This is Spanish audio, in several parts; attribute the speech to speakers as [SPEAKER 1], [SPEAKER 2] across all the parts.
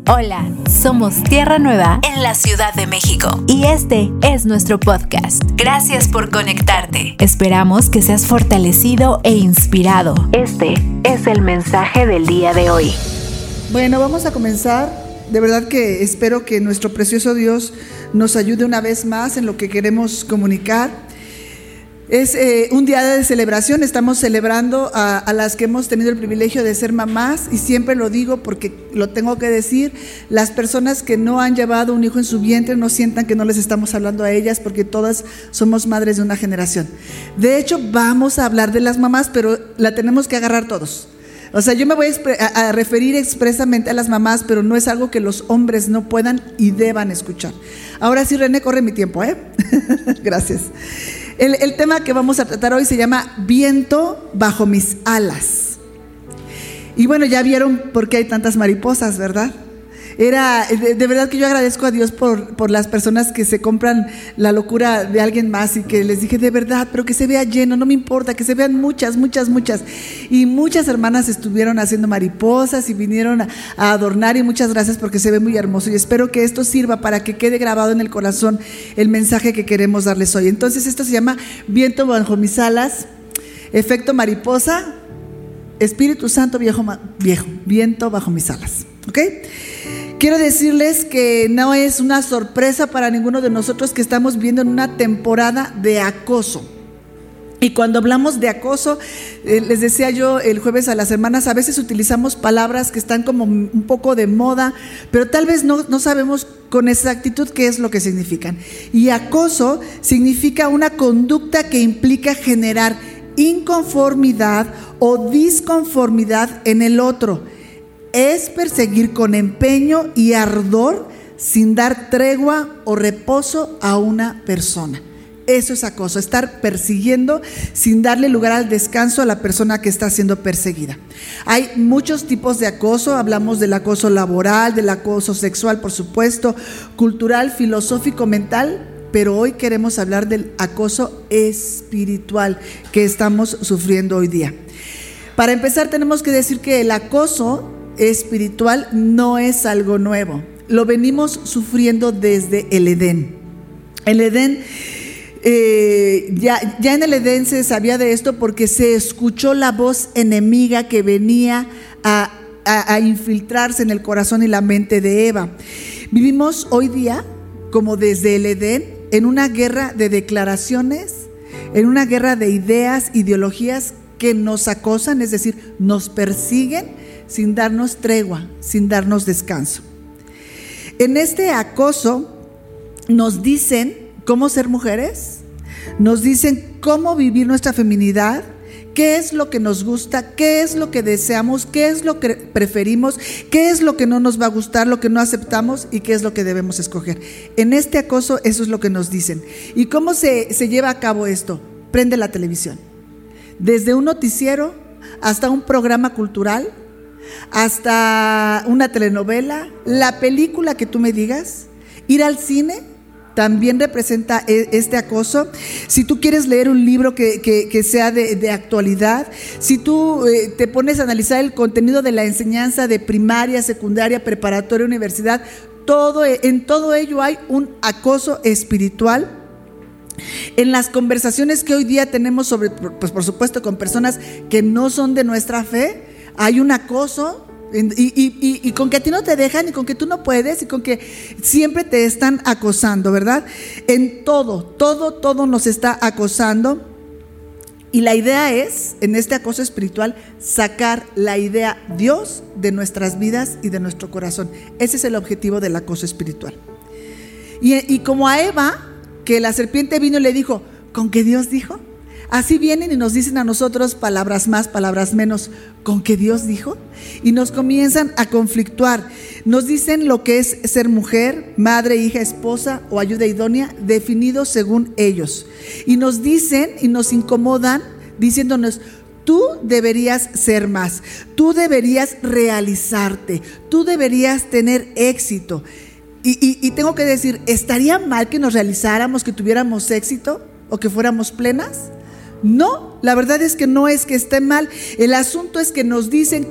[SPEAKER 1] Hola, somos Tierra Nueva en la Ciudad de México y este es nuestro podcast. Gracias por conectarte. Esperamos que seas fortalecido e inspirado. Este es el mensaje del día de hoy.
[SPEAKER 2] Bueno, vamos a comenzar. De verdad que espero que nuestro precioso Dios nos ayude una vez más en lo que queremos comunicar. Es un día de celebración, estamos celebrando a las que hemos tenido el privilegio de ser mamás, y siempre lo digo porque lo tengo que decir: las personas que no han llevado un hijo en su vientre no sientan que no les estamos hablando a ellas, porque todas somos madres de una generación. De hecho, vamos a hablar de las mamás, pero la tenemos que agarrar todos. O sea, yo me voy a referir expresamente a las mamás, pero no es algo que los hombres no puedan y deban escuchar. Ahora sí, René, corre mi tiempo, Gracias. El tema que vamos a tratar hoy se llama Viento bajo mis alas. Y bueno, ya vieron por qué hay tantas mariposas, ¿verdad? De verdad que yo agradezco a Dios por las personas que se compran la locura de alguien más, y que les dije: de verdad, pero que se vea lleno, no me importa, que se vean muchas. Y muchas hermanas estuvieron haciendo mariposas y vinieron a adornar, y muchas gracias porque se ve muy hermoso, y espero que esto sirva para que quede grabado en el corazón el mensaje que queremos darles hoy. Entonces, esto se llama Viento bajo mis alas, efecto mariposa, Espíritu Santo viejo, viento bajo mis alas, ¿ok? Quiero decirles que no es una sorpresa para ninguno de nosotros que estamos viviendo en una temporada de acoso. Y cuando hablamos de acoso, les decía yo el jueves a las hermanas, a veces utilizamos palabras que están como un poco de moda, pero tal vez no sabemos con exactitud qué es lo que significan. Y acoso significa una conducta que implica generar inconformidad o disconformidad en el otro. Es perseguir con empeño y ardor sin dar tregua o reposo a una persona. Eso es acoso, estar persiguiendo sin darle lugar al descanso a la persona que está siendo perseguida. Hay muchos tipos de acoso. Hablamos del acoso laboral, del acoso sexual, por supuesto, cultural, filosófico, mental, pero hoy queremos hablar del acoso espiritual que estamos sufriendo hoy día. Para empezar, tenemos que decir que el acoso espiritual no es algo nuevo. Lo venimos sufriendo desde el Edén. El Edén, ya en el Edén se sabía de esto porque se escuchó la voz enemiga que venía a infiltrarse en el corazón y la mente de Eva. Vivimos hoy día, como desde el Edén, en una guerra de declaraciones, en una guerra de ideas, ideologías que nos acosan, es decir, nos persiguen sin darnos tregua, sin darnos descanso. En este acoso nos dicen cómo ser mujeres, nos dicen cómo vivir nuestra feminidad, qué es lo que nos gusta, qué es lo que deseamos, qué es lo que preferimos, qué es lo que no nos va a gustar, lo que no aceptamos y qué es lo que debemos escoger. En este acoso eso es lo que nos dicen. ¿Y cómo se lleva a cabo esto? Prende la televisión. Desde un noticiero hasta un programa cultural, hasta una telenovela, la película que tú me digas, ir al cine también representa este acoso. Si tú quieres leer un libro que sea de actualidad, si tú te pones a analizar el contenido de la enseñanza de primaria, secundaria, preparatoria, universidad, en todo ello hay un acoso espiritual. En las conversaciones que hoy día tenemos pues por supuesto con personas que no son de nuestra fe, hay un acoso, y con que a ti no te dejan, y con que tú no puedes, y con que siempre te están acosando, ¿verdad? En todo nos está acosando. Y la idea es, en este acoso espiritual, sacar la idea Dios de nuestras vidas y de nuestro corazón. Ese es el objetivo del acoso espiritual. Y como a Eva, que la serpiente vino y le dijo: ¿con qué Dios dijo? Así vienen y nos dicen a nosotros palabras más, palabras menos, ¿con qué Dios dijo? Y nos comienzan a conflictuar. Nos dicen lo que es ser mujer, madre, hija, esposa o ayuda idónea, definido según ellos. Y nos dicen y nos incomodan diciéndonos: tú deberías ser más, tú deberías realizarte, tú deberías tener éxito. Y tengo que decir, ¿estaría mal que nos realizáramos, que tuviéramos éxito o que fuéramos plenas? No, la verdad es que no es que esté mal. El asunto es que nos dicen que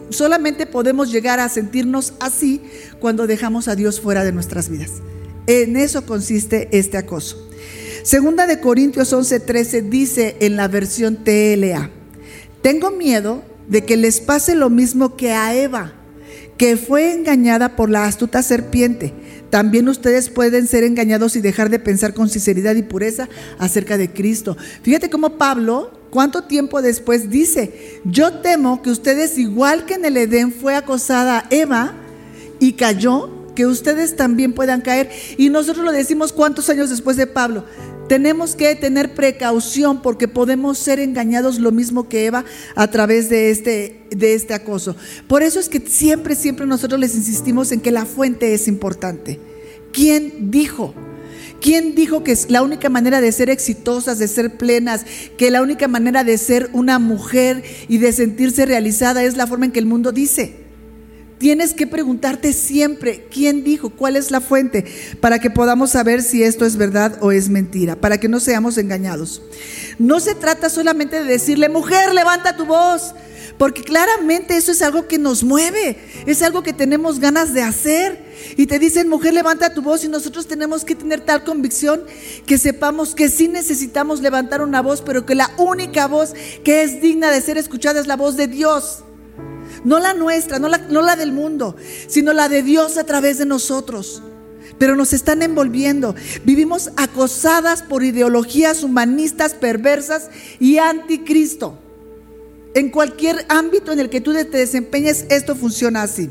[SPEAKER 2] solamente podemos llegar a sentirnos así cuando dejamos a Dios fuera de nuestras vidas. En eso consiste este acoso. Segunda de Corintios 11:13 dice en la versión TLA: tengo miedo de que les pase lo mismo que a Eva, que fue engañada por la astuta serpiente. También ustedes pueden ser engañados y dejar de pensar con sinceridad y pureza acerca de Cristo. Fíjate cómo Pablo, cuánto tiempo después dice: yo temo que ustedes, igual que en el Edén fue acosada Eva y cayó, que ustedes también puedan caer. Y nosotros lo decimos cuántos años después de Pablo. Tenemos que tener precaución porque podemos ser engañados lo mismo que Eva a través de este acoso. Por eso es que siempre nosotros les insistimos en que la fuente es importante. ¿Quién dijo? ¿Quién dijo que la única manera de ser exitosas, de ser plenas, que la única manera de ser una mujer y de sentirse realizada es la forma en que el mundo dice? Tienes que preguntarte siempre quién dijo, cuál es la fuente, para que podamos saber si esto es verdad o es mentira, para que no seamos engañados. No se trata solamente de decirle: mujer, levanta tu voz, porque claramente eso es algo que nos mueve, es algo que tenemos ganas de hacer. Y te dicen: mujer, levanta tu voz, y nosotros tenemos que tener tal convicción que sepamos que sí necesitamos levantar una voz, pero que la única voz que es digna de ser escuchada es la voz de Dios. No la nuestra, no la del mundo, sino la de Dios a través de nosotros. Pero nos están envolviendo. Vivimos acosadas por ideologías humanistas, perversas y anticristo. En cualquier ámbito en el que tú te desempeñes, esto funciona así.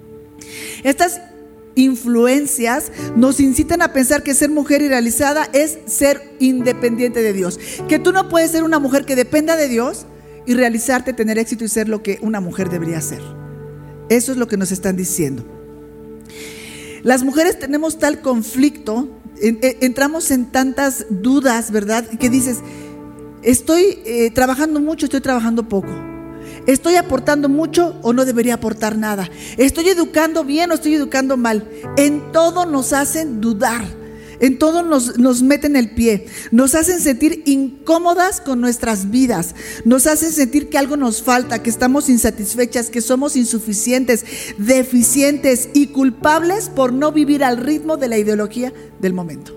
[SPEAKER 2] Estas influencias nos incitan a pensar que ser mujer y realizada es ser independiente de Dios. Que tú no puedes ser una mujer que dependa de Dios y realizarte, tener éxito y ser lo que una mujer debería ser. Eso es lo que nos están diciendo. Las mujeres tenemos tal conflicto, entramos en tantas dudas, ¿verdad? Que dices: estoy trabajando mucho, estoy trabajando poco. Estoy aportando mucho o no debería aportar nada. Estoy educando bien o estoy educando mal. En todo nos hacen dudar. En todo nos meten el pie, nos hacen sentir incómodas con nuestras vidas, nos hacen sentir que algo nos falta, que estamos insatisfechas, que somos insuficientes, deficientes y culpables por no vivir al ritmo de la ideología del momento.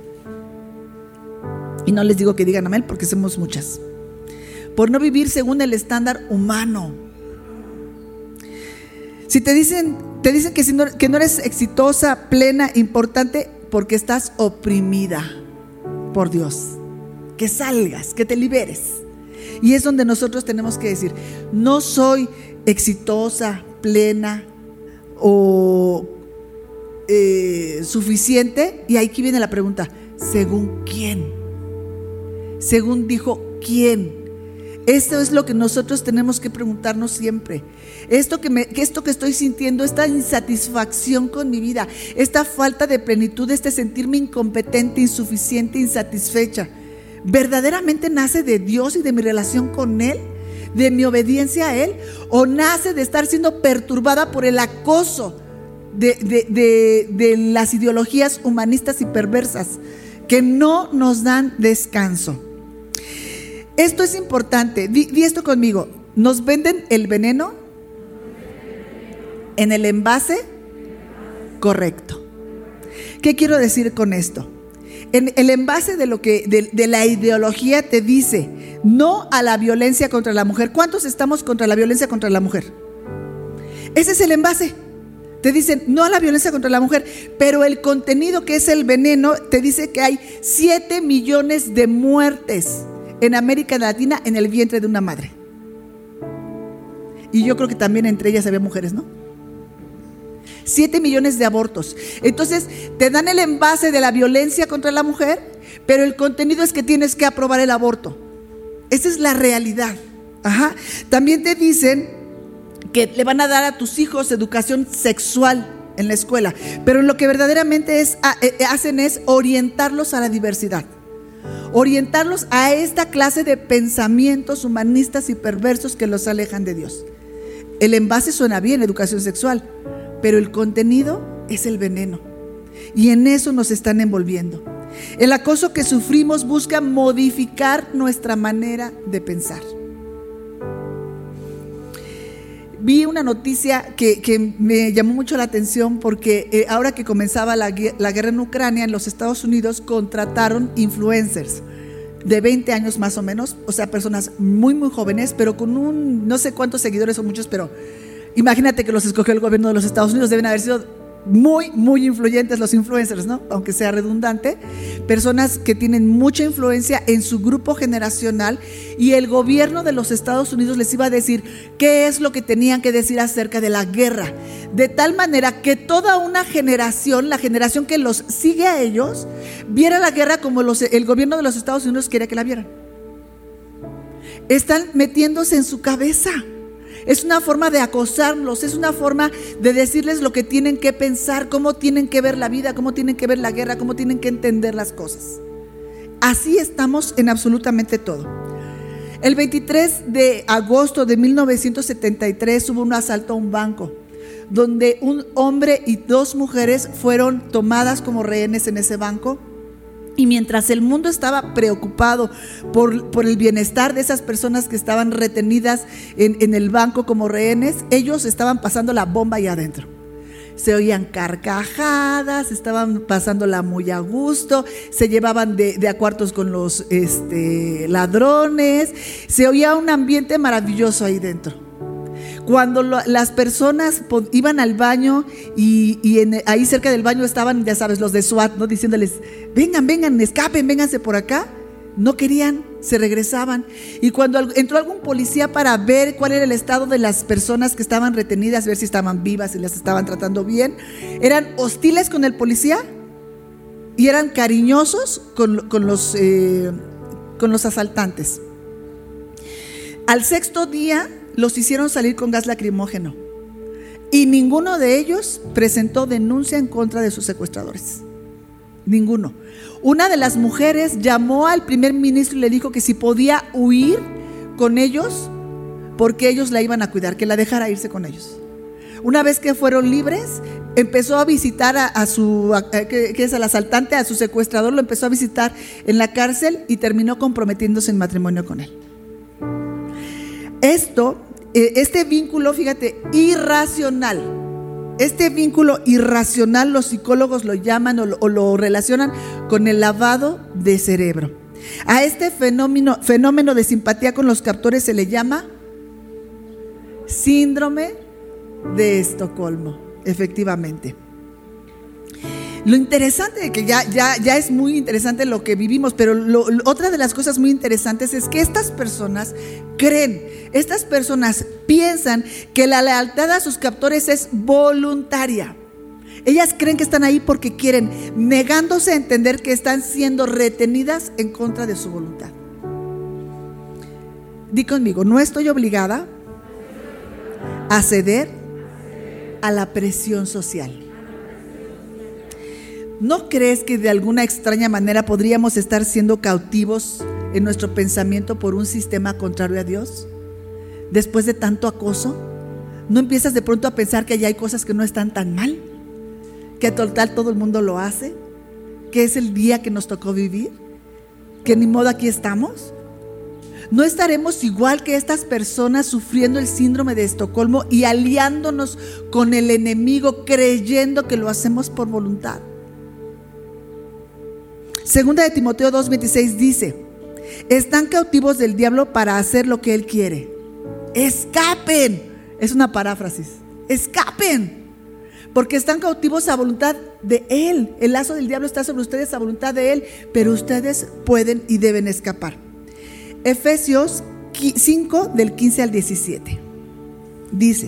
[SPEAKER 2] Y no les digo que digan amén, porque somos muchas. Por no vivir según el estándar humano. Si te dicen que no eres exitosa, plena, importante, porque estás oprimida por Dios. Que salgas, que te liberes. Y es donde nosotros tenemos que decir: no soy exitosa, plena o suficiente. Y aquí viene la pregunta: ¿según quién? Según dijo quién. Esto es lo que nosotros tenemos que preguntarnos siempre. Esto que estoy sintiendo, esta insatisfacción con mi vida, esta falta de plenitud, este sentirme incompetente, insuficiente, insatisfecha, ¿verdaderamente nace de Dios y de mi relación con Él? ¿De mi obediencia a Él? ¿O nace de estar siendo perturbada por el acoso de las ideologías humanistas y perversas que no nos dan descanso? Esto es importante, di esto conmigo: nos venden el veneno en el envase correcto. ¿Qué quiero decir con esto? En el envase de la ideología te dice: no a la violencia contra la mujer. ¿Cuántos estamos contra la violencia contra la mujer? Ese es el envase. Te dicen no a la violencia contra la mujer, pero el contenido, que es el veneno, te dice que hay 7 millones de muertes en América Latina en el vientre de una madre. Y yo creo que también entre ellas había mujeres, ¿no? 7 millones de abortos. Entonces te dan el envase de la violencia contra la mujer, pero el contenido es que tienes que aprobar el aborto. Esa es la realidad. Ajá. También te dicen que le van a dar a tus hijos educación sexual en la escuela, pero lo que verdaderamente hacen es orientarlos a la diversidad. Orientarlos a esta clase de pensamientos humanistas y perversos que los alejan de Dios. El envase suena bien, educación sexual, pero el contenido es el veneno. Y en eso nos están envolviendo. El acoso que sufrimos busca modificar nuestra manera de pensar. vi una noticia que me llamó mucho la atención porque ahora que comenzaba la guerra en Ucrania, en los Estados Unidos contrataron influencers de 20 años más o menos, o sea, personas muy muy jóvenes, pero con no sé cuántos seguidores o muchos, pero imagínate que los escogió el gobierno de los Estados Unidos. Deben haber sido muy, muy influyentes los influencers, ¿no? Aunque sea redundante, personas que tienen mucha influencia en su grupo generacional, y el gobierno de los Estados Unidos les iba a decir qué es lo que tenían que decir acerca de la guerra, de tal manera que toda una generación, la generación que los sigue a ellos, viera la guerra como el gobierno de los Estados Unidos quería que la vieran. Están metiéndose en su cabeza. Es una forma de acosarlos, es una forma de decirles lo que tienen que pensar, cómo tienen que ver la vida, cómo tienen que ver la guerra, cómo tienen que entender las cosas. Así estamos en absolutamente todo. El 23 de agosto de 1973 hubo un asalto a un banco, donde un hombre y 2 mujeres fueron tomadas como rehenes en ese banco. Y mientras el mundo estaba preocupado por el bienestar de esas personas que estaban retenidas en el banco como rehenes, ellos estaban pasando la bomba allá adentro. Se oían carcajadas, estaban pasándola muy a gusto, se llevaban de a cuartos con los ladrones, se oía un ambiente maravilloso ahí dentro. Cuando las personas iban al baño y ahí cerca del baño estaban, ya sabes, los de SWAT, ¿no? Diciéndoles, vengan, escapen, vénganse por acá. No querían, se regresaban. Y cuando entró algún policía para ver cuál era el estado de las personas que estaban retenidas, ver si estaban vivas, si las estaban tratando bien, eran hostiles con el policía y eran cariñosos con los asaltantes. Al 6º día los hicieron salir con gas lacrimógeno y ninguno de ellos presentó denuncia en contra de sus secuestradores. Ninguno. Una de las mujeres llamó al primer ministro y le dijo que si podía huir con ellos, porque ellos la iban a cuidar, que la dejara irse con ellos. Una vez que fueron libres, empezó a visitar al asaltante, a su secuestrador, lo empezó a visitar en la cárcel y terminó comprometiéndose en matrimonio con él. Este vínculo, fíjate, irracional. Este vínculo irracional los psicólogos lo llaman o lo relacionan con el lavado de cerebro. A este fenómeno de simpatía con los captores se le llama síndrome de Estocolmo, efectivamente. Lo interesante, que ya es muy interesante lo que vivimos, pero otra de las cosas muy interesantes es que estas personas piensan que la lealtad a sus captores es voluntaria. Ellas creen que están ahí porque quieren, negándose a entender que están siendo retenidas en contra de su voluntad. Di conmigo, no estoy obligada a ceder a la presión social. ¿No crees que de alguna extraña manera podríamos estar siendo cautivos en nuestro pensamiento por un sistema contrario a Dios? Después de tanto acoso, ¿no empiezas de pronto a pensar que ya hay cosas que no están tan mal? Que total todo el mundo lo hace, que es el día que nos tocó vivir, que ni modo aquí estamos. ¿No estaremos igual que estas personas sufriendo el síndrome de Estocolmo y aliándonos con el enemigo creyendo que lo hacemos por voluntad? Segunda de Timoteo 2:26 dice: están cautivos del diablo para hacer lo que él quiere. Escapen. Es una paráfrasis. Escapen. Porque están cautivos a voluntad de él. El lazo del diablo está sobre ustedes a voluntad de él, pero ustedes pueden y deben escapar. Efesios 5 del 15 al 17 dice: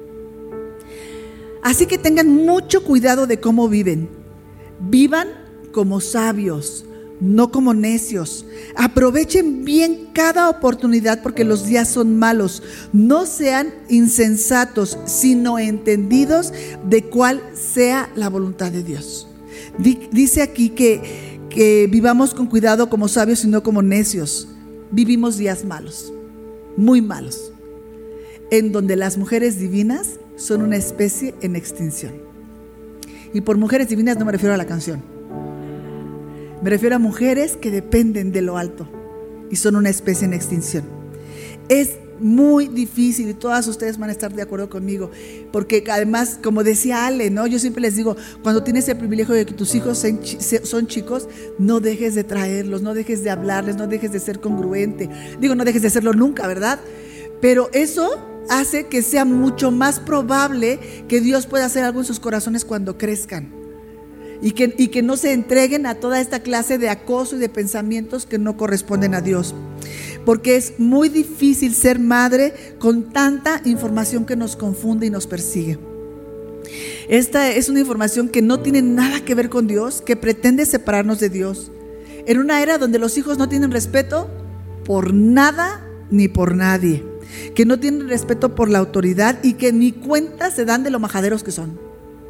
[SPEAKER 2] así que tengan mucho cuidado de cómo viven. Vivan como sabios, no como necios. Aprovechen bien cada oportunidad porque los días son malos. No sean insensatos, sino entendidos de cuál sea la voluntad de Dios. Dice aquí que vivamos con cuidado como sabios y no como necios. Vivimos días malos, muy malos, en donde las mujeres divinas son una especie en extinción. Y por mujeres divinas no me refiero a la canción. Me refiero a mujeres que dependen de lo alto y son una especie en extinción. Es muy difícil, y todas ustedes van a estar de acuerdo conmigo, porque además, como decía Ale, ¿no? Yo siempre les digo, cuando tienes el privilegio de que tus hijos son chicos, no dejes de traerlos, no dejes de hablarles, no dejes de ser congruente. Digo, no dejes de hacerlo nunca, ¿verdad? Pero eso hace que sea mucho más probable que Dios pueda hacer algo en sus corazones cuando crezcan, y que no se entreguen a toda esta clase de acoso y de pensamientos que no corresponden a Dios, porque es muy difícil ser madre con tanta información que nos confunde y nos persigue. Esta es una información que no tiene nada que ver con Dios, que pretende separarnos de Dios, en una era donde los hijos no tienen respeto por nada ni por nadie, que no tienen respeto por la autoridad y que ni cuenta se dan de lo majaderos que son.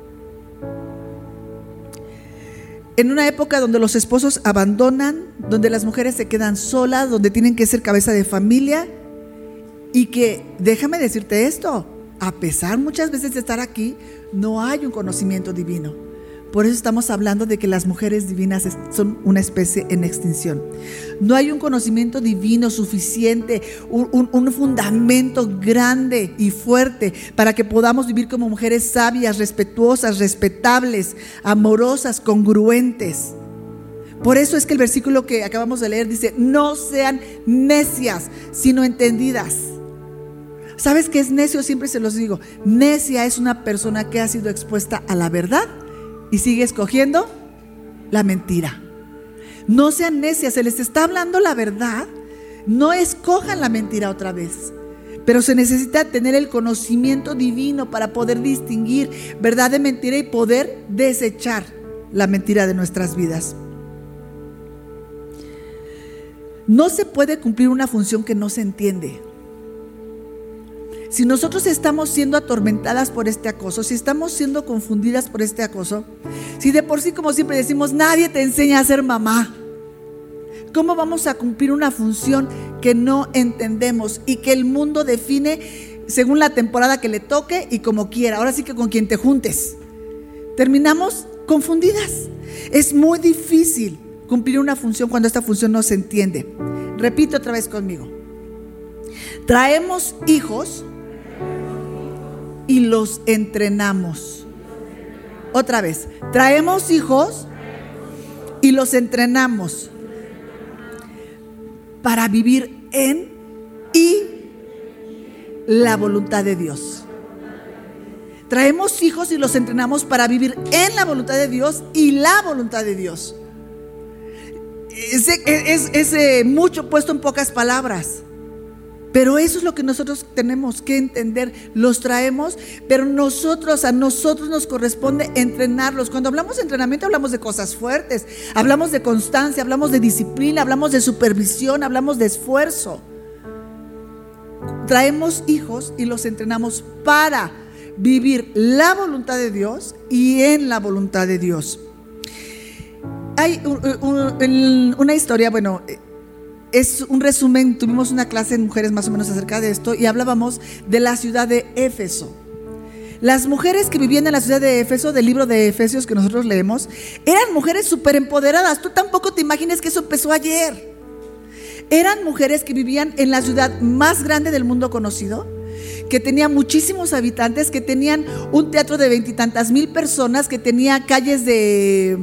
[SPEAKER 2] En una época donde los esposos abandonan, donde las mujeres se quedan solas, donde tienen que ser cabeza de familia, y que, déjame decirte esto, a pesar muchas veces de estar aquí, no hay un conocimiento divino. Por eso estamos hablando de que las mujeres divinas son una especie en extinción. No hay un conocimiento divino suficiente, un fundamento grande y fuerte para que podamos vivir como mujeres sabias, respetuosas, respetables, amorosas, congruentes. Por eso es que el versículo que acabamos de leer dice: no sean necias, sino entendidas. ¿Sabes qué es necio? Siempre se los digo. Necia es una persona que ha sido expuesta a la verdad y sigue escogiendo la mentira. No sean necias, se les está hablando la verdad, no escojan la mentira otra vez. Pero se necesita tener el conocimiento divino para poder distinguir verdad de mentira y poder desechar la mentira de nuestras vidas. No se puede cumplir una función que no se entiende. Si nosotros estamos siendo atormentadas por este acoso, si estamos siendo confundidas por este acoso, si de por sí, como siempre decimos, nadie te enseña a ser mamá, ¿cómo vamos a cumplir una función que no entendemos y que el mundo define según la temporada que le toque y como quiera? Ahora sí que con quien te juntes. Terminamos confundidas. Es muy difícil cumplir una función cuando esta función no se entiende. Repito otra vez conmigo. Traemos hijos y los entrenamos. Otra vez, traemos hijos y los entrenamos para vivir en y la voluntad de Dios. Traemos hijos y los entrenamos para vivir en la voluntad de Dios y la voluntad de Dios. Es mucho puesto en pocas palabras. Pero eso es lo que nosotros tenemos que entender. Los traemos, pero a nosotros nos corresponde entrenarlos. Cuando hablamos de entrenamiento hablamos de cosas fuertes, hablamos de constancia, hablamos de disciplina, hablamos de supervisión, hablamos de esfuerzo. Traemos hijos y los entrenamos para vivir la voluntad de Dios y en la voluntad de Dios. Hay una historia, bueno, es un resumen. Tuvimos una clase en mujeres más o menos acerca de esto y hablábamos de la ciudad de Éfeso. Las mujeres que vivían en la ciudad de Éfeso, del libro de Efesios que nosotros leemos, eran mujeres súper empoderadas. Tú tampoco te imagines que eso empezó ayer. Eran mujeres que vivían en la ciudad más grande del mundo conocido, que tenía muchísimos habitantes, que tenían un teatro de 20 y tantas mil personas, que tenía calles de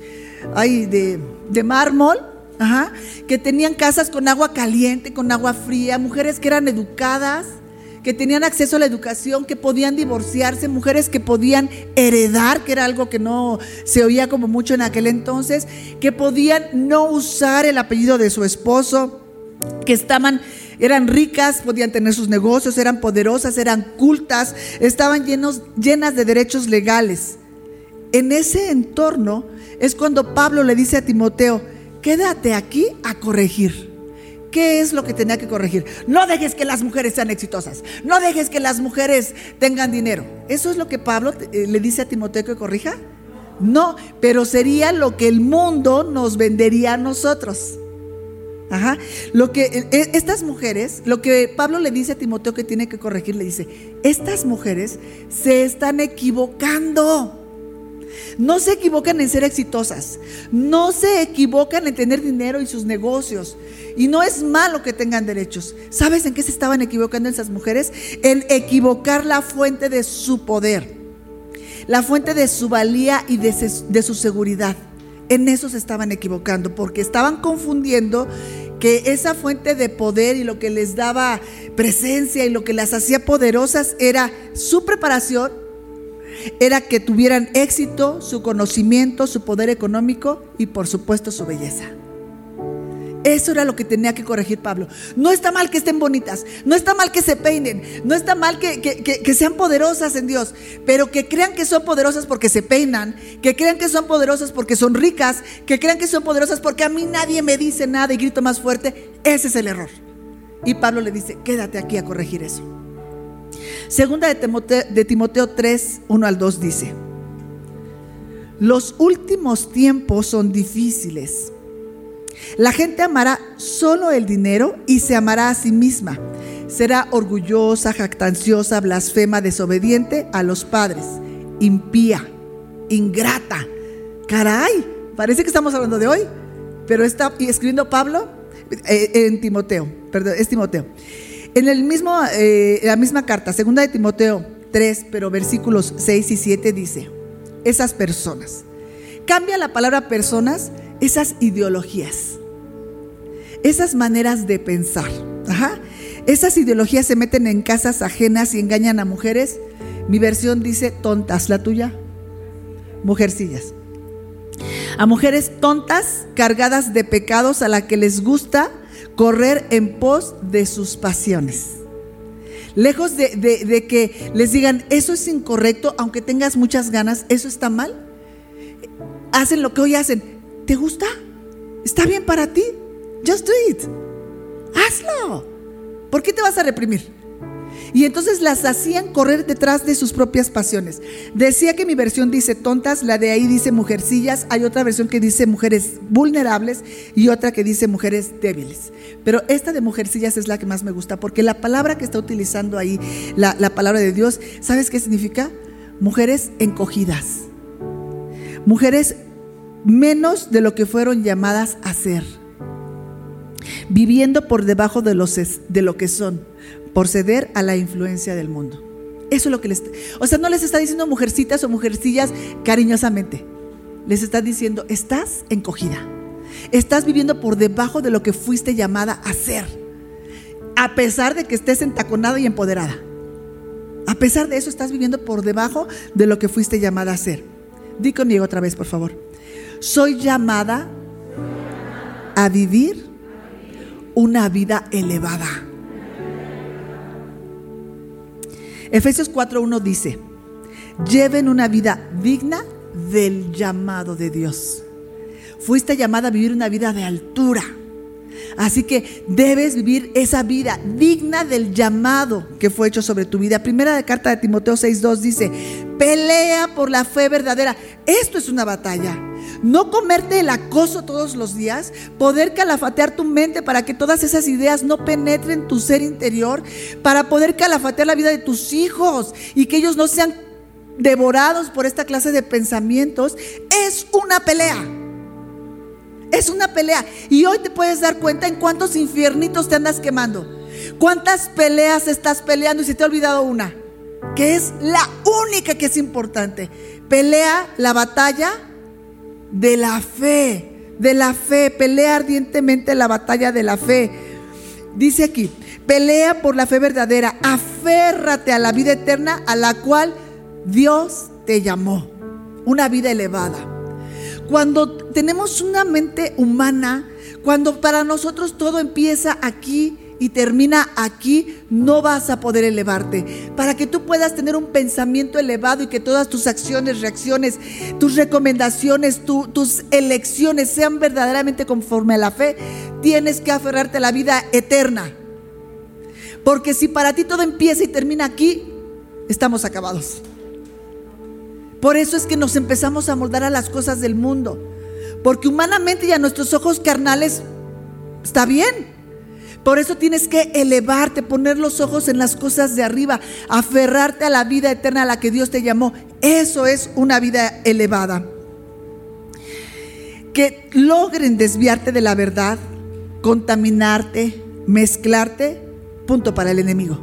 [SPEAKER 2] mármol. Ajá, que tenían casas con agua caliente, con agua fría, mujeres que eran educadas, que tenían acceso a la educación, que podían divorciarse, mujeres que podían heredar, que era algo que no se oía como mucho en aquel entonces, que podían no usar el apellido de su esposo, que eran ricas, podían tener sus negocios, eran poderosas, eran cultas, estaban llenas de derechos legales. En ese entorno es cuando Pablo le dice a Timoteo: quédate aquí a corregir. ¿Qué es lo que tenía que corregir? No dejes que las mujeres sean exitosas. No dejes que las mujeres tengan dinero. ¿Eso es lo que Pablo le dice a Timoteo que corrija? No, pero sería lo que el mundo nos vendería a nosotros. Ajá. Estas mujeres, lo que Pablo le dice a Timoteo que tiene que corregir, le dice: estas mujeres se están equivocando. no se equivocan en ser exitosas, no se equivocan en tener dinero y sus negocios. Y no es malo que tengan derechos. ¿Sabes en qué se estaban equivocando esas mujeres? En equivocar la fuente de su poder, la fuente de su valía y de su seguridad. En eso se estaban equivocando, porque estaban confundiendo que esa fuente de poder y lo que les daba presencia y lo que las hacía poderosas era su preparación, era que tuvieran éxito, su conocimiento, su poder económico y por supuesto su belleza. Eso era lo que tenía que corregir Pablo. No está mal que estén bonitas, no está mal que se peinen, no está mal que sean poderosas en Dios, pero que crean que son poderosas porque se peinan, que crean que son poderosas porque son ricas, que crean que son poderosas porque a mí nadie me dice nada y grito más fuerte. Ese es el error. Y Pablo le dice: quédate aquí a corregir eso. Segunda de Timoteo 3, 1 al 2 dice: los últimos tiempos son difíciles. La gente amará solo el dinero y se amará a sí misma. Será orgullosa, jactanciosa, blasfema, desobediente a los padres, impía, ingrata. Caray, parece que estamos hablando de hoy, pero está escribiendo Pablo en Timoteo, perdón, es Timoteo. En la misma carta, segunda de Timoteo 3, pero versículos 6 y 7 dice: esas personas, cambia la palabra personas, esas ideologías, esas maneras de pensar, esas ideologías se meten en casas ajenas y engañan a mujeres. Mi versión dice tontas, la tuya, mujercillas. A mujeres tontas, cargadas de pecados, a la que les gusta correr en pos de sus pasiones. Lejos de que les digan eso es incorrecto, aunque tengas muchas ganas, eso está mal, hacen lo que hoy hacen. ¿Te gusta? ¿Está bien para ti? Just do it. Hazlo. ¿Por qué te vas a reprimir? Y entonces las hacían correr detrás de sus propias pasiones. Decía que mi versión dice tontas, la de ahí dice mujercillas. Hay otra versión que dice mujeres vulnerables y otra que dice mujeres débiles. Pero esta de mujercillas es la que más me gusta, porque la palabra que está utilizando ahí, la palabra de Dios, ¿sabes qué significa? Mujeres encogidas, mujeres menos de lo que fueron llamadas a ser, viviendo por debajo de lo que son, por ceder a la influencia del mundo. Eso es lo que no les está diciendo mujercitas o mujercillas cariñosamente. Les está diciendo: estás encogida, estás viviendo por debajo de lo que fuiste llamada a ser, a pesar de que estés entaconada y empoderada. A pesar de eso, estás viviendo por debajo de lo que fuiste llamada a ser. Di conmigo otra vez, por favor: soy llamada a vivir una vida elevada. Efesios 4:1 dice: lleven una vida digna del llamado de Dios. Fuiste llamada a vivir una vida de altura, así que debes vivir esa vida digna del llamado que fue hecho sobre tu vida. Primera carta de Timoteo 6:2 dice: pelea por la fe verdadera. Esto es una batalla. No comerte el acoso todos los días, poder calafatear tu mente para que todas esas ideas no penetren tu ser interior, para poder calafatear la vida de tus hijos y que ellos no sean devorados por esta clase de pensamientos. Es una pelea. Es una pelea. Y hoy te puedes dar cuenta en cuántos infiernitos te andas quemando, cuántas peleas estás peleando, y se te ha olvidado una, que es la única que es importante. Pelea la batalla de la fe, pelea ardientemente la batalla de la fe. Dice aquí: pelea por la fe verdadera, aférrate a la vida eterna a la cual Dios te llamó, una vida elevada. Cuando tenemos una mente humana, cuando para nosotros todo empieza aquí y termina aquí, no vas a poder elevarte. Para que tú puedas tener un pensamiento elevado y que todas tus acciones, reacciones, tus recomendaciones, tus elecciones sean verdaderamente conforme a la fe, tienes que aferrarte a la vida eterna. Porque si para ti todo empieza y termina aquí, estamos acabados. Por eso es que nos empezamos a moldar a las cosas del mundo, porque humanamente y a nuestros ojos carnales está bien, Por eso tienes que elevarte, poner los ojos en las cosas de arriba, aferrarte a la vida eterna a la que Dios te llamó. Eso es una vida elevada. Que logren desviarte de la verdad, contaminarte, mezclarte, punto para el enemigo.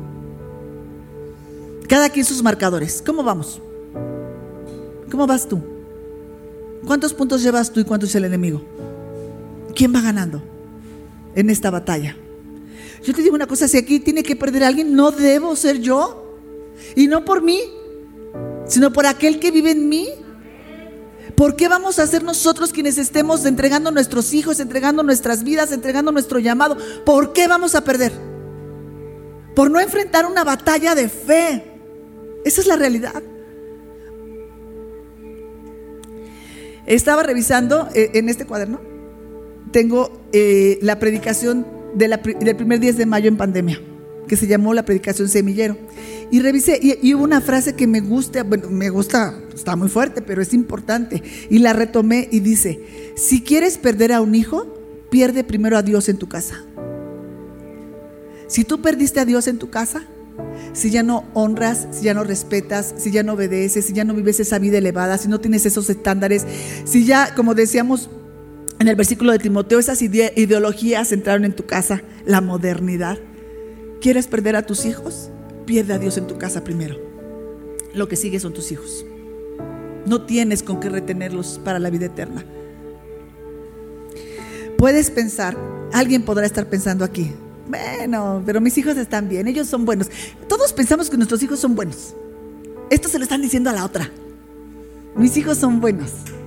[SPEAKER 2] Cada quien sus marcadores. ¿Cómo vamos? ¿Cómo vas tú? ¿Cuántos puntos llevas tú y cuántos el enemigo? ¿Quién va ganando en esta batalla? Yo te digo una cosa, si aquí tiene que perder a alguien, no debo ser yo. Y no por mí, sino por aquel que vive en mí. ¿Por qué vamos a ser nosotros quienes estemos entregando nuestros hijos, entregando nuestras vidas, entregando nuestro llamado? ¿Por qué vamos a perder? Por no enfrentar una batalla de fe. Esa es la realidad. Estaba revisando en este cuaderno, tengo la predicación del primer 10 de mayo en pandemia, que se llamó la predicación semillero. Y revisé y hubo una frase que me gusta, está muy fuerte, pero es importante. Y la retomé y dice: si quieres perder a un hijo, pierde primero a Dios en tu casa. Si tú perdiste a Dios en tu casa, si ya no honras, si ya no respetas, si ya no obedeces, si ya no vives esa vida elevada, si no tienes esos estándares, si ya, como decíamos en el versículo de Timoteo, esas ideologías entraron en tu casa, la modernidad. ¿Quieres perder a tus hijos? Pierde a Dios en tu casa primero. Lo que sigue son tus hijos. No tienes con qué retenerlos para la vida eterna. Puedes pensar, alguien podrá estar pensando aquí: bueno, pero mis hijos están bien, ellos son buenos. Todos pensamos que nuestros hijos son buenos. Esto se lo están diciendo a la otra. Mis hijos son buenos.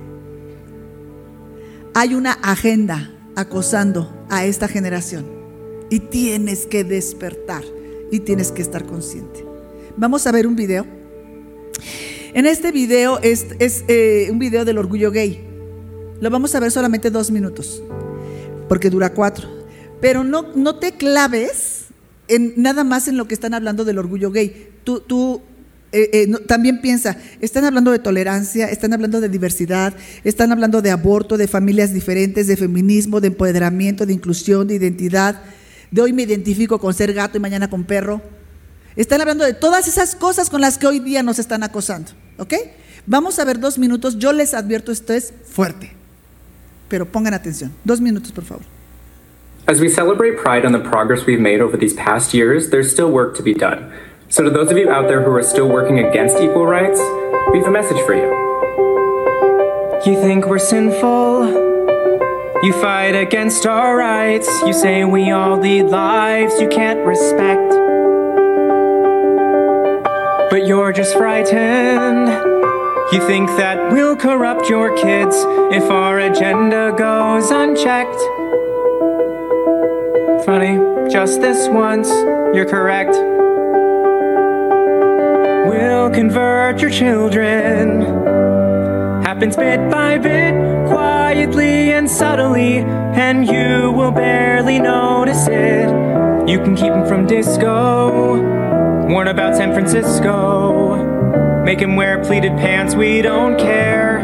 [SPEAKER 2] Hay una agenda acosando a esta generación y tienes que despertar y tienes que estar consciente. Vamos a ver un video. En este video es un video del orgullo gay. Lo vamos a ver solamente 2 minutos, porque dura 4. Pero no te claves nada más en lo que están hablando del orgullo gay. También piensa, están hablando de tolerancia, están hablando de diversidad, están hablando de aborto, de familias diferentes, de feminismo, de empoderamiento, de inclusión, de identidad, de hoy me identifico con ser gato y mañana con perro. Están hablando de todas esas cosas con las que hoy día nos están acosando, ¿ok? Vamos a ver 2 minutos, yo les advierto, esto es fuerte, pero pongan atención. 2 minutos, por favor.
[SPEAKER 3] As we celebrate Pride and the progress we've made over these past years, there's still work to be done. So to those of you out there who are still working against equal rights, we have a message for you.
[SPEAKER 4] You think we're sinful? You fight against our rights. You say we all lead lives you can't respect. But you're just frightened. You think that we'll corrupt your kids if our agenda goes unchecked. Funny, just this once, you're correct. We'll convert your children. Happens bit by bit, quietly and subtly, and you will barely notice it. You can keep them from disco, warn about San Francisco, make him wear pleated pants, we don't care.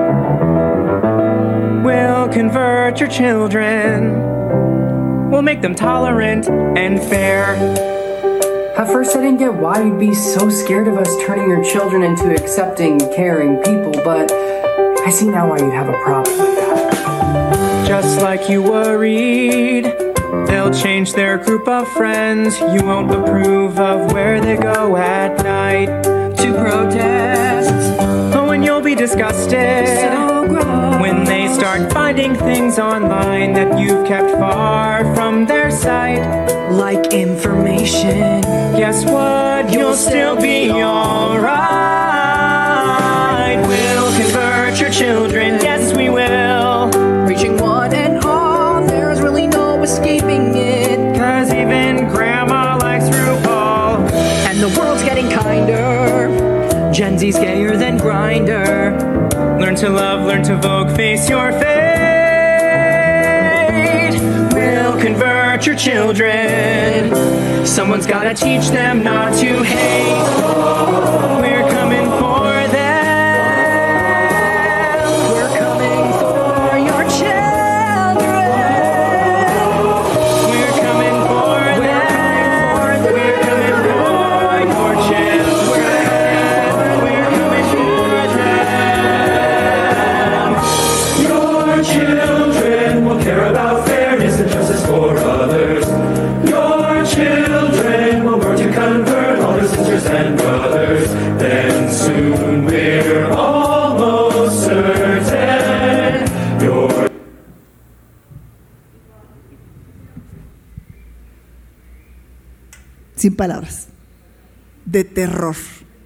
[SPEAKER 4] We'll convert your children. We'll make them tolerant and fair.
[SPEAKER 5] At first I didn't get why you'd be so scared of us turning your children into accepting, caring people, but I see now why you'd have a problem with that.
[SPEAKER 4] Just like you worried, they'll change their group of friends. You won't approve of where they go at night to protest. Oh, and you'll be disgusted so gross when they start finding things online that you've kept far from their sight,
[SPEAKER 5] like information.
[SPEAKER 4] Guess what? You'll still be alright. We'll convert your children, yes we will.
[SPEAKER 5] Reaching one and all, there's really no escaping it.
[SPEAKER 4] 'Cause even grandma likes RuPaul.
[SPEAKER 5] And the world's getting kinder.
[SPEAKER 4] Gen Z's gayer than Grindr. Learn to love, learn to Vogue, face your fate. We'll convert your children. Someone's gotta teach them not to hate. We're coming for them.
[SPEAKER 5] We're coming for your children.
[SPEAKER 4] We're coming for certain you're.
[SPEAKER 2] Sin palabras, de terror.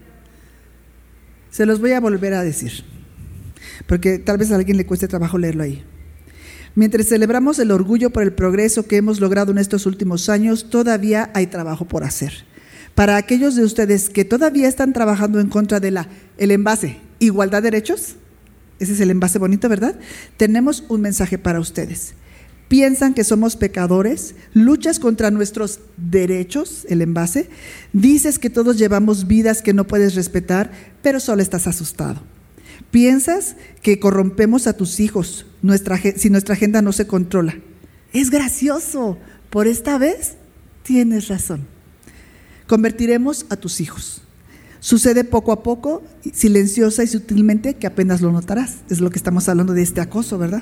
[SPEAKER 2] Se los voy a volver a decir, porque tal vez a alguien le cueste trabajo leerlo ahí. Mientras celebramos el orgullo por el progreso que hemos logrado en estos últimos años, todavía hay trabajo por hacer. Para aquellos de ustedes que todavía están trabajando en contra de el envase igualdad de derechos, ese es el envase bonito, ¿verdad? Tenemos un mensaje para ustedes. Piensan que somos pecadores, luchas contra nuestros derechos, el envase, dices que todos llevamos vidas que no puedes respetar, pero solo estás asustado. Piensas que corrompemos a tus hijos si nuestra agenda no se controla. Es gracioso, por esta vez tienes razón. Convertiremos a tus hijos. Sucede poco a poco, silenciosa y sutilmente, que apenas lo notarás. Es lo que estamos hablando de este acoso, ¿verdad?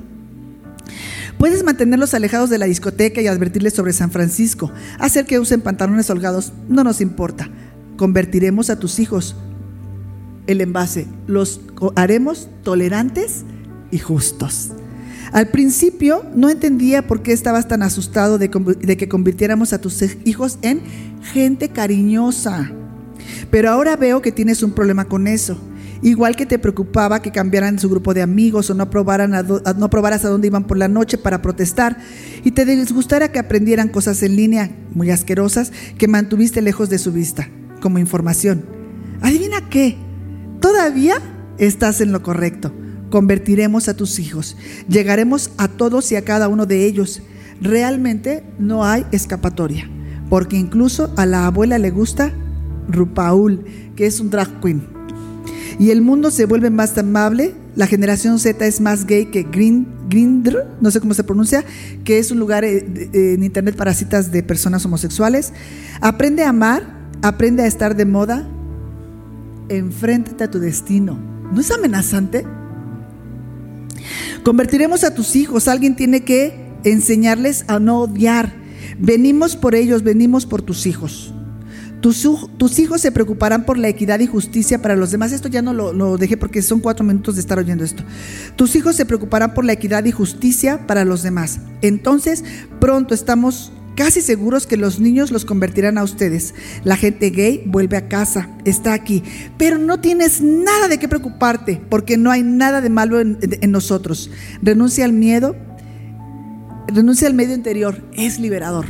[SPEAKER 2] Puedes mantenerlos alejados de la discoteca y advertirles sobre San Francisco. Hacer que usen pantalones holgados no nos importa. Convertiremos a tus hijos. El envase, los haremos tolerantes y justos. Al principio no entendía por qué estabas tan asustado de que convirtiéramos a tus hijos en gente cariñosa. Pero ahora veo que tienes un problema con eso. Igual que te preocupaba que cambiaran su grupo de amigos o no probaras a dónde iban por la noche para protestar y te disgustara que aprendieran cosas en línea muy asquerosas que mantuviste lejos de su vista, como información. ¿Adivina qué? Todavía estás en lo correcto. Convertiremos a tus hijos. Llegaremos a todos y a cada uno de ellos. Realmente no hay escapatoria, porque incluso a la abuela le gusta RuPaul, que es un drag queen. Y el mundo se vuelve más amable. La generación Z es más gay que Grindr, no sé cómo se pronuncia, que es un lugar en internet para citas de personas homosexuales. Aprende a amar, aprende a estar de moda. Enfréntate a tu destino. ¿No es amenazante? Convertiremos a tus hijos. Alguien tiene que enseñarles a no odiar. Venimos por ellos, venimos por tus hijos. Tus hijos se preocuparán por la equidad y justicia para los demás. Esto ya no lo dejé porque son 4 minutos de estar oyendo esto. Tus hijos se preocuparán por la equidad y justicia para los demás. Entonces, pronto estamos casi seguros que los niños los convertirán a ustedes. La gente gay vuelve a casa, está aquí. Pero no tienes nada de qué preocuparte, porque no hay nada de malo en nosotros. Renuncia al miedo, renuncia al medio interior, es liberador.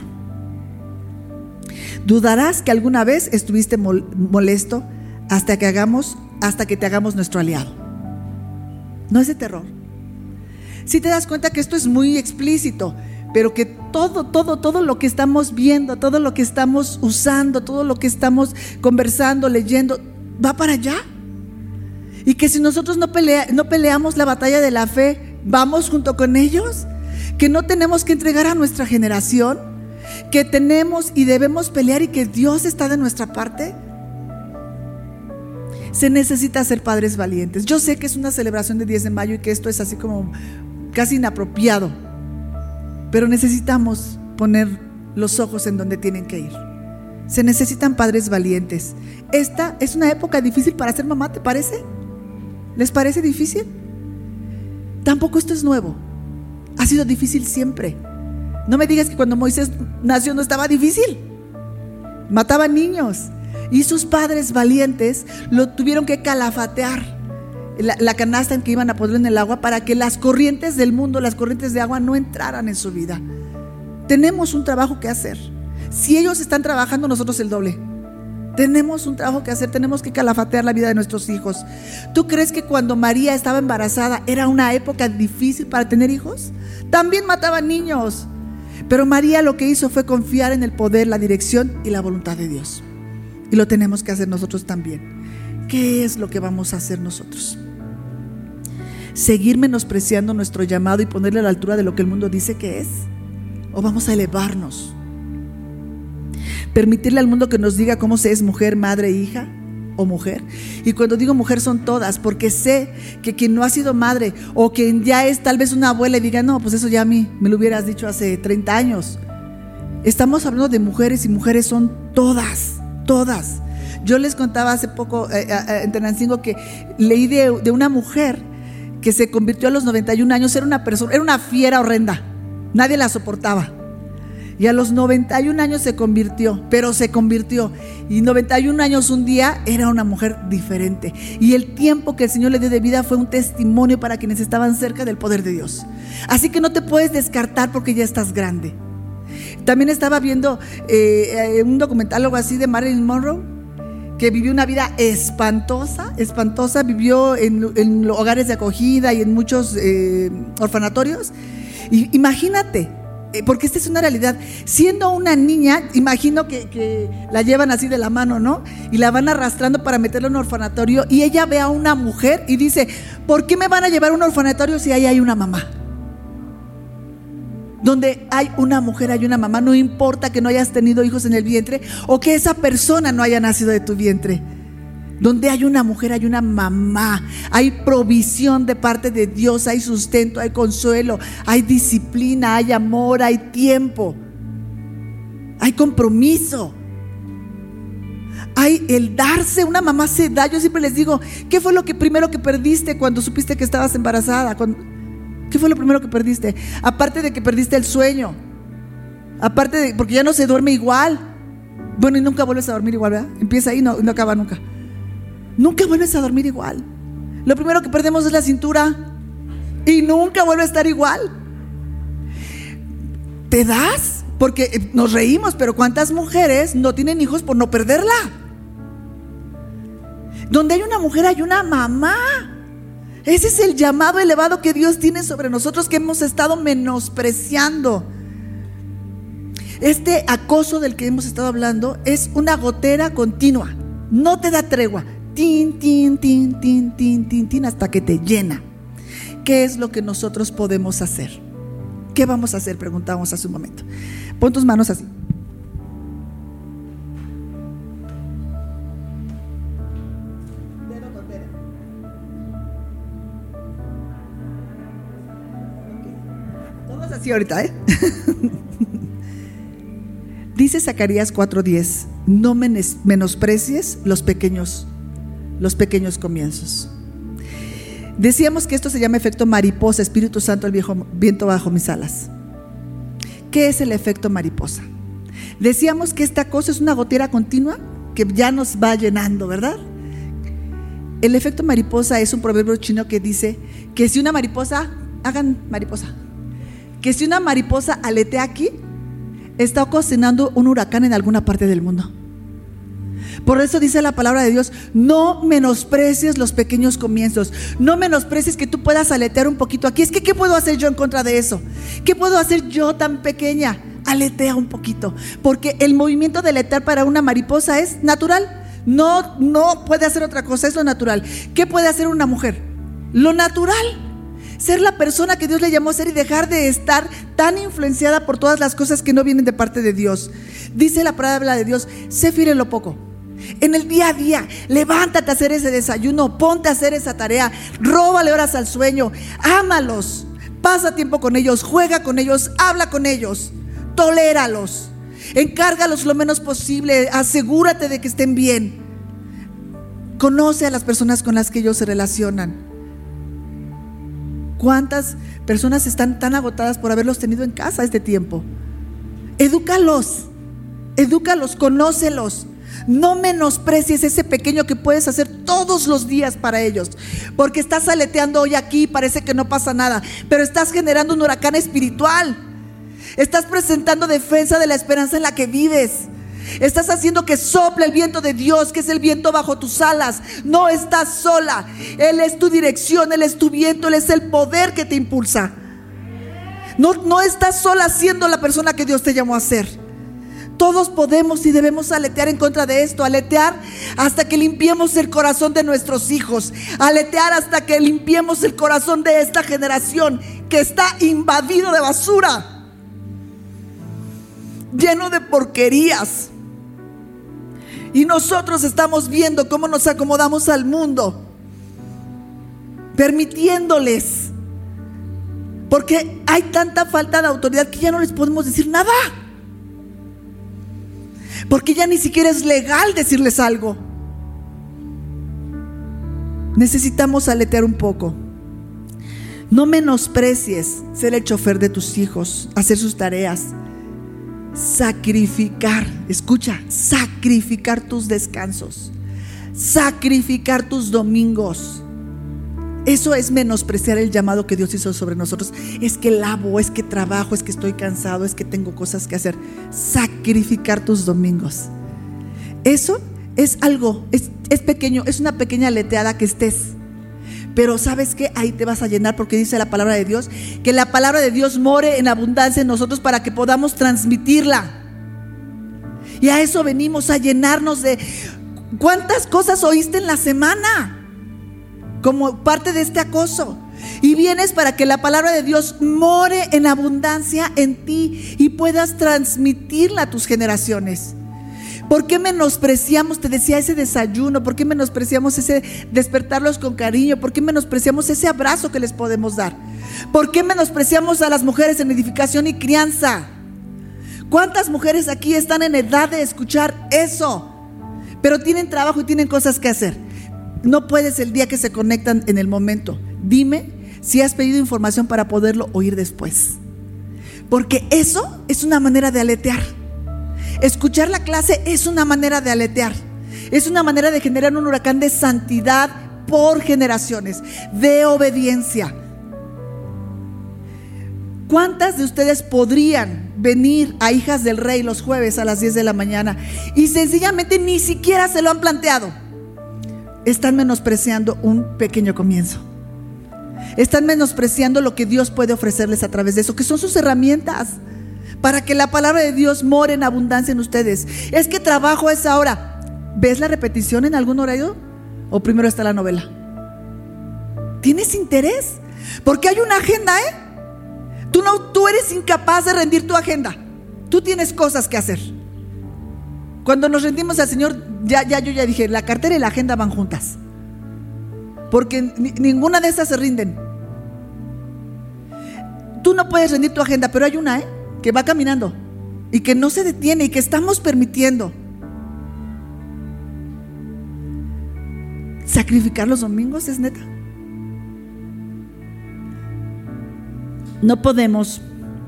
[SPEAKER 2] Dudarás que alguna vez estuviste molesto hasta que te hagamos nuestro aliado. No es de terror. Si te das cuenta que esto es muy explícito, pero que todo lo que estamos viendo, todo lo que estamos usando, todo lo que estamos conversando, leyendo, va para allá. Y que si nosotros no peleamos la batalla de la fe, vamos junto con ellos. Que no tenemos que entregar a nuestra generación, que tenemos y debemos pelear y que Dios está de nuestra parte. Se necesita ser padres valientes. Yo sé que es una celebración de 10 de mayo y que esto es así como casi inapropiado, pero necesitamos poner los ojos en donde tienen que ir. Se necesitan padres valientes. Esta es una época difícil para ser mamá, ¿te parece? ¿Les parece difícil? Tampoco esto es nuevo. Ha sido difícil siempre. No me digas que cuando Moisés nació no estaba difícil. Mataban niños y sus padres valientes lo tuvieron que calafatear la canasta en que iban a poner en el agua para que las corrientes del mundo, las corrientes de agua no entraran en su vida. Tenemos un trabajo que hacer. Si ellos están trabajando, nosotros el doble. Tenemos un trabajo que hacer, tenemos que calafatear la vida de nuestros hijos. ¿Tú crees que cuando María estaba embarazada era una época difícil para tener hijos? También mataban niños. Pero María lo que hizo fue confiar en el poder, la dirección y la voluntad de Dios. Y lo tenemos que hacer nosotros también. ¿Qué es lo que vamos a hacer nosotros? ¿Seguir menospreciando nuestro llamado y ponerle a la altura de lo que el mundo dice que es? ¿O vamos a elevarnos? ¿Permitirle al mundo que nos diga cómo se es mujer, madre, hija o mujer? Y cuando digo mujer son todas, porque sé que quien no ha sido madre o quien ya es tal vez una abuela y diga, no, pues eso ya a mí me lo hubieras dicho hace 30 años. Estamos hablando de mujeres y mujeres son todas. Yo les contaba hace poco en Tenancingo que leí de una mujer que se convirtió a los 91 años, era una fiera horrenda. Nadie la soportaba. Y a los 91 años se convirtió. Y 91 años un día era una mujer diferente. Y el tiempo que el Señor le dio de vida fue un testimonio para quienes estaban cerca del poder de Dios. Así que no te puedes descartar porque ya estás grande. También estaba viendo un documental, algo así, de Marilyn Monroe, que vivió una vida espantosa. Vivió en hogares de acogida y en muchos orfanatorios. Y imagínate, porque esta es una realidad. Siendo una niña, imagino que la llevan así de la mano, ¿no? Y la van arrastrando para meterla en un orfanatorio. Y ella ve a una mujer y dice: ¿por qué me van a llevar a un orfanatorio si ahí hay una mamá? Donde hay una mujer, hay una mamá. No importa que no hayas tenido hijos en el vientre o que esa persona no haya nacido de tu vientre. Donde hay una mujer, hay una mamá. Hay provisión de parte de Dios, hay sustento, hay consuelo, hay disciplina, hay amor, hay tiempo, hay compromiso, hay el darse. Una mamá se da. Yo siempre les digo: ¿qué fue lo primero que perdiste cuando supiste que estabas embarazada? ¿Qué fue lo primero que perdiste? Aparte de que perdiste el sueño, porque ya no se duerme igual. Bueno, y nunca vuelves a dormir igual, ¿verdad? Empieza ahí, no acaba nunca. Nunca vuelves a dormir igual. Lo primero que perdemos es la cintura y nunca vuelve a estar igual. ¿Te das? Porque nos reímos, pero ¿cuántas mujeres no tienen hijos por no perderla? Donde hay una mujer, hay una mamá. Ese es el llamado elevado que Dios tiene sobre nosotros, que hemos estado menospreciando. Este acoso del que hemos estado hablando es una gotera continua. No te da tregua. Tin, tin, tin, tin, tin, tin, tin, hasta que te llena. ¿Qué es lo que nosotros podemos hacer? ¿Qué vamos a hacer? Preguntamos hace un momento. Pon tus manos así. Dedo con dedo. Okay. Todos así ahorita, Dice Zacarías 4:10: no menosprecies los pequeños comienzos. Decíamos que esto se llama efecto mariposa. Espíritu Santo, el viento bajo mis alas. ¿Qué es el efecto mariposa? Decíamos que esta cosa es una gotera continua que ya nos va llenando, ¿verdad? El efecto mariposa es un proverbio chino que dice que si una mariposa, que si una mariposa aletea aquí, está ocasionando un huracán en alguna parte del mundo. Por eso dice la palabra de Dios: no menosprecies los pequeños comienzos. No menosprecies que tú puedas aletear un poquito aquí. Es que ¿qué puedo hacer yo en contra de eso? ¿Qué puedo hacer yo tan pequeña? Aletea un poquito, porque el movimiento de aletear para una mariposa es natural. No puede hacer otra cosa, es lo natural. ¿Qué puede hacer una mujer? Lo natural. Ser la persona que Dios le llamó a ser y dejar de estar tan influenciada por todas las cosas que no vienen de parte de Dios. Dice la palabra de Dios: sé fiel en lo poco. En el día a día, levántate a hacer ese desayuno, ponte a hacer esa tarea, róbale horas al sueño, ámalos, pasa tiempo con ellos, juega con ellos, habla con ellos, toléralos, encárgalos lo menos posible, asegúrate de que estén bien. Conoce a las personas con las que ellos se relacionan. ¿Cuántas personas están tan agotadas por haberlos tenido en casa este tiempo? Edúcalos, conócelos. No menosprecies ese pequeño que puedes hacer todos los días para ellos, porque estás aleteando hoy aquí y parece que no pasa nada, pero estás generando un huracán espiritual. Estás presentando defensa de la esperanza en la que vives. Estás haciendo que sople el viento de Dios, que es el viento bajo tus alas. No estás sola. Él es tu dirección, Él es tu viento, Él es el poder que te impulsa. No estás sola siendo la persona que Dios te llamó a ser. Todos podemos y debemos aletear en contra de esto. Aletear hasta que limpiemos el corazón de nuestros hijos. Aletear hasta que limpiemos el corazón de esta generación que está invadido de basura, lleno de porquerías. Y nosotros estamos viendo cómo nos acomodamos al mundo, permitiéndoles, porque hay tanta falta de autoridad que ya no les podemos decir nada, porque ya ni siquiera es legal decirles algo. Necesitamos aletear un poco. No menosprecies ser el chofer de tus hijos, hacer sus tareas, sacrificar, escucha, sacrificar tus descansos, sacrificar tus domingos. Eso es menospreciar el llamado que Dios hizo sobre nosotros. Es que lavo, es que trabajo, es que estoy cansado, es que tengo cosas que hacer. Sacrificar tus domingos. Eso es algo, es pequeño, es una pequeña aleteada que estés. Pero ¿sabes qué? Ahí te vas a llenar, porque dice la palabra de Dios que la palabra de Dios more en abundancia en nosotros para que podamos transmitirla. Y a eso venimos, a llenarnos de... ¿Cuántas cosas oíste en la semana como parte de este acoso? Y vienes para que la palabra de Dios more en abundancia en ti y puedas transmitirla a tus generaciones. ¿Por qué menospreciamos, te decía, ese desayuno? ¿Por qué menospreciamos ese despertarlos con cariño? ¿Por qué menospreciamos ese abrazo que les podemos dar? ¿Por qué menospreciamos a las mujeres en edificación y crianza? ¿Cuántas mujeres aquí están en edad de escuchar eso? Pero tienen trabajo y tienen cosas que hacer. No puedes el día que se conectan en el momento. Dime si has pedido información para poderlo oír después. Porque eso es una manera de aletear. Escuchar la clase es una manera de aletear. Es una manera de generar un huracán de santidad por generaciones, de obediencia. ¿Cuántas de ustedes podrían venir a Hijas del Rey los jueves a las 10 de la mañana y sencillamente ni siquiera se lo han planteado? Están menospreciando un pequeño comienzo. Están menospreciando lo que Dios puede ofrecerles a través de eso, que son sus herramientas para que la palabra de Dios more en abundancia en ustedes. Es que trabajo a esa hora. ¿Ves la repetición en algún horario? ¿O primero está la novela? ¿Tienes interés? Porque hay una agenda, Tú eres incapaz de rendir tu agenda. Tú tienes cosas que hacer. Cuando nos rendimos al Señor, yo ya dije, la cartera y la agenda van juntas. Porque ninguna de estas se rinden. Tú no puedes rendir tu agenda, pero hay una, que va caminando y que no se detiene y que estamos permitiendo. ¿Sacrificar los domingos es neta? No podemos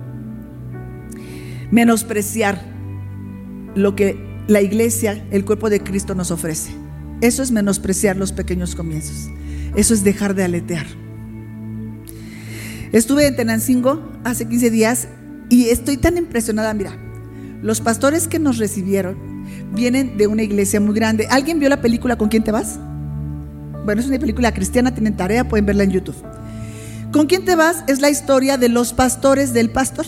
[SPEAKER 2] menospreciar lo que la iglesia, el cuerpo de Cristo nos ofrece. Eso es menospreciar los pequeños comienzos. Eso es dejar de aletear. Estuve en Tenancingo hace 15 días y estoy tan impresionada. Mira, los pastores que nos recibieron vienen de una iglesia muy grande. ¿Alguien vio la película ¿Con quién te vas? Bueno, es una película cristiana, tienen tarea, pueden verla en YouTube. ¿Con quién te vas? Es la historia de los pastores del pastor.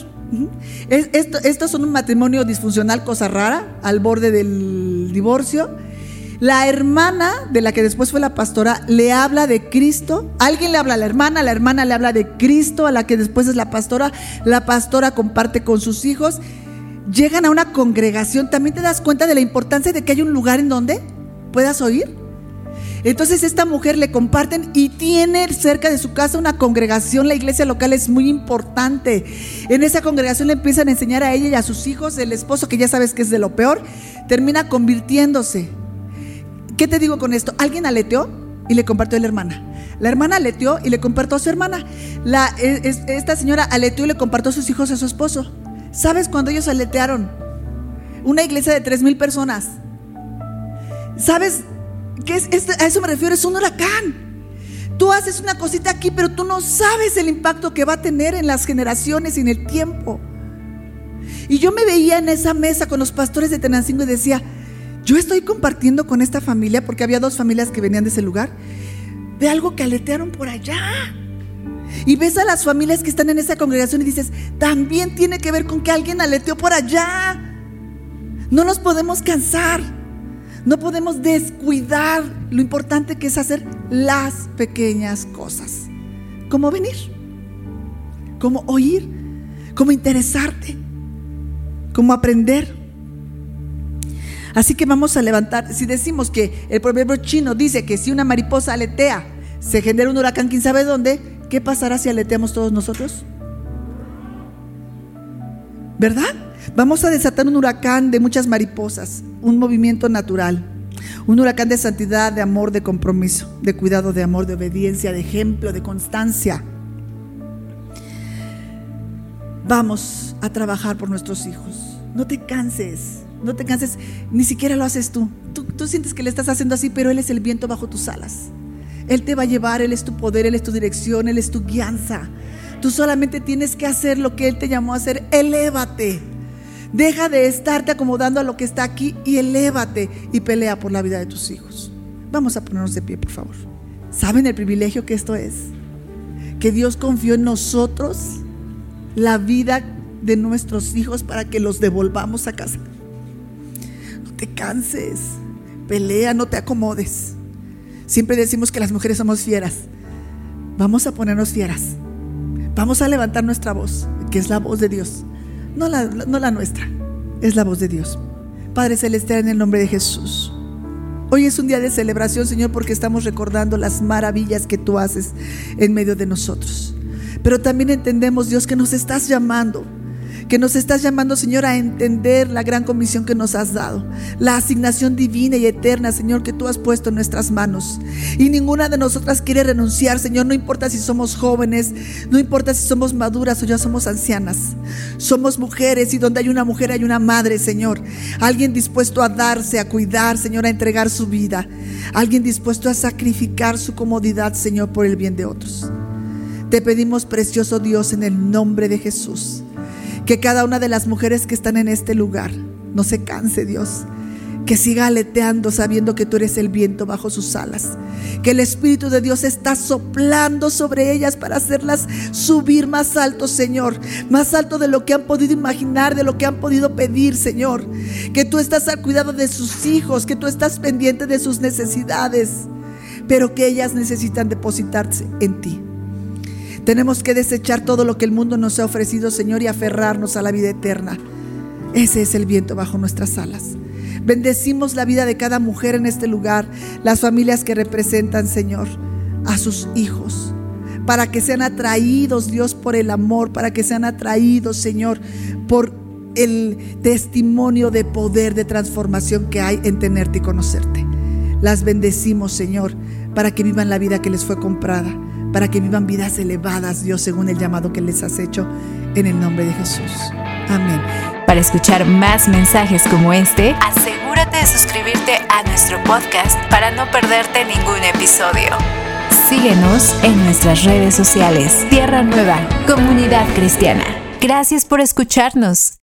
[SPEAKER 2] Estos son un matrimonio disfuncional, cosa rara, al borde del divorcio. La hermana de la que después fue la pastora le habla de Cristo. Alguien le habla a la hermana le habla de Cristo, a la que después es la pastora comparte con sus hijos. Llegan a una congregación. También te das cuenta de la importancia de que hay un lugar en donde puedas oír. Entonces esta mujer le comparten y tiene cerca de su casa una congregación. La iglesia local es muy importante. En esa congregación le empiezan a enseñar a ella y a sus hijos. El esposo, que ya sabes que es de lo peor, termina convirtiéndose. ¿Qué te digo con esto? Alguien aleteó y le compartió a la hermana. La hermana aleteó y le compartió a su hermana. Esta señora aleteó y le compartió a sus hijos y a su esposo. ¿Sabes cuándo ellos aletearon? Una iglesia de 3,000 personas. ¿Sabes qué es? A eso me refiero, es un huracán. Tú haces una cosita aquí, pero tú no sabes el impacto que va a tener en las generaciones y en el tiempo. Y yo me veía en esa mesa con los pastores de Tenancingo y decía, yo estoy compartiendo con esta familia, porque había 2 familias que venían de ese lugar, de algo que aletearon por allá. Y ves a las familias que están en esa congregación y dices, también tiene que ver con que alguien aleteó por allá. No nos podemos cansar, no podemos descuidar lo importante que es hacer las pequeñas cosas, como venir, como oír, como interesarte, como aprender. Así que vamos a levantar. Si decimos que el proverbio chino dice que si una mariposa aletea se genera un huracán, quién sabe dónde, ¿qué pasará si aleteamos todos nosotros? ¿Verdad? Vamos a desatar un huracán de muchas mariposas, un movimiento natural, un huracán de santidad, de amor, de compromiso, de cuidado, de amor, de obediencia, de ejemplo, de constancia. Vamos a trabajar por nuestros hijos. No te canses, ni siquiera lo haces tú. Tú sientes que le estás haciendo así, pero Él es el viento bajo tus alas. Él te va a llevar, Él es tu poder, Él es tu dirección, Él es tu guianza. Tú solamente tienes que hacer lo que Él te llamó a hacer. Elévate. Deja de estarte acomodando a lo que está aquí y elévate y pelea por la vida de tus hijos. Vamos a ponernos de pie, por favor. ¿Saben el privilegio que esto es? Que Dios confió en nosotros la vida de nuestros hijos para que los devolvamos a casa. No te canses, pelea, no te acomodes. Siempre decimos que las mujeres somos fieras. Vamos a ponernos fieras. Vamos a levantar nuestra voz, que es la voz de Dios. No la nuestra, es la voz de Dios. Padre Celestial, en el nombre de Jesús, hoy es un día de celebración, Señor, porque estamos recordando las maravillas que tú haces en medio de nosotros. Pero también entendemos, Dios, que nos estás llamando, Señor, a entender la gran comisión que nos has dado, la asignación divina y eterna, Señor, que tú has puesto en nuestras manos. Y ninguna de nosotras quiere renunciar, Señor, no importa si somos jóvenes, no importa si somos maduras o ya somos ancianas. Somos mujeres, y donde hay una mujer hay una madre, Señor. Alguien dispuesto a darse, a cuidar, Señor, a entregar su vida. Alguien dispuesto a sacrificar su comodidad, Señor, por el bien de otros. Te pedimos, precioso Dios, en el nombre de Jesús, que cada una de las mujeres que están en este lugar no se canse, Dios, que siga aleteando sabiendo que tú eres el viento bajo sus alas, que el Espíritu de Dios está soplando sobre ellas para hacerlas subir más alto, Señor, más alto de lo que han podido imaginar, de lo que han podido pedir, Señor, que tú estás al cuidado de sus hijos, que tú estás pendiente de sus necesidades, pero que ellas necesitan depositarse en ti. Tenemos que desechar todo lo que el mundo nos ha ofrecido, Señor, y aferrarnos a la vida eterna. Ese es el viento bajo nuestras alas. Bendecimos la vida de cada mujer en este lugar, las familias que representan, Señor, a sus hijos, para que sean atraídos, Dios, por el amor, para que sean atraídos, Señor, por el testimonio de poder, de transformación que hay en tenerte y conocerte. Las bendecimos, Señor, para que vivan la vida que les fue comprada, para que vivan vidas elevadas, Dios, según el llamado que les has hecho, en el nombre de Jesús. Amén.
[SPEAKER 1] Para escuchar más mensajes como este, asegúrate de suscribirte a nuestro podcast para no perderte ningún episodio. Síguenos en nuestras redes sociales. Tierra Nueva, Comunidad Cristiana. Gracias por escucharnos.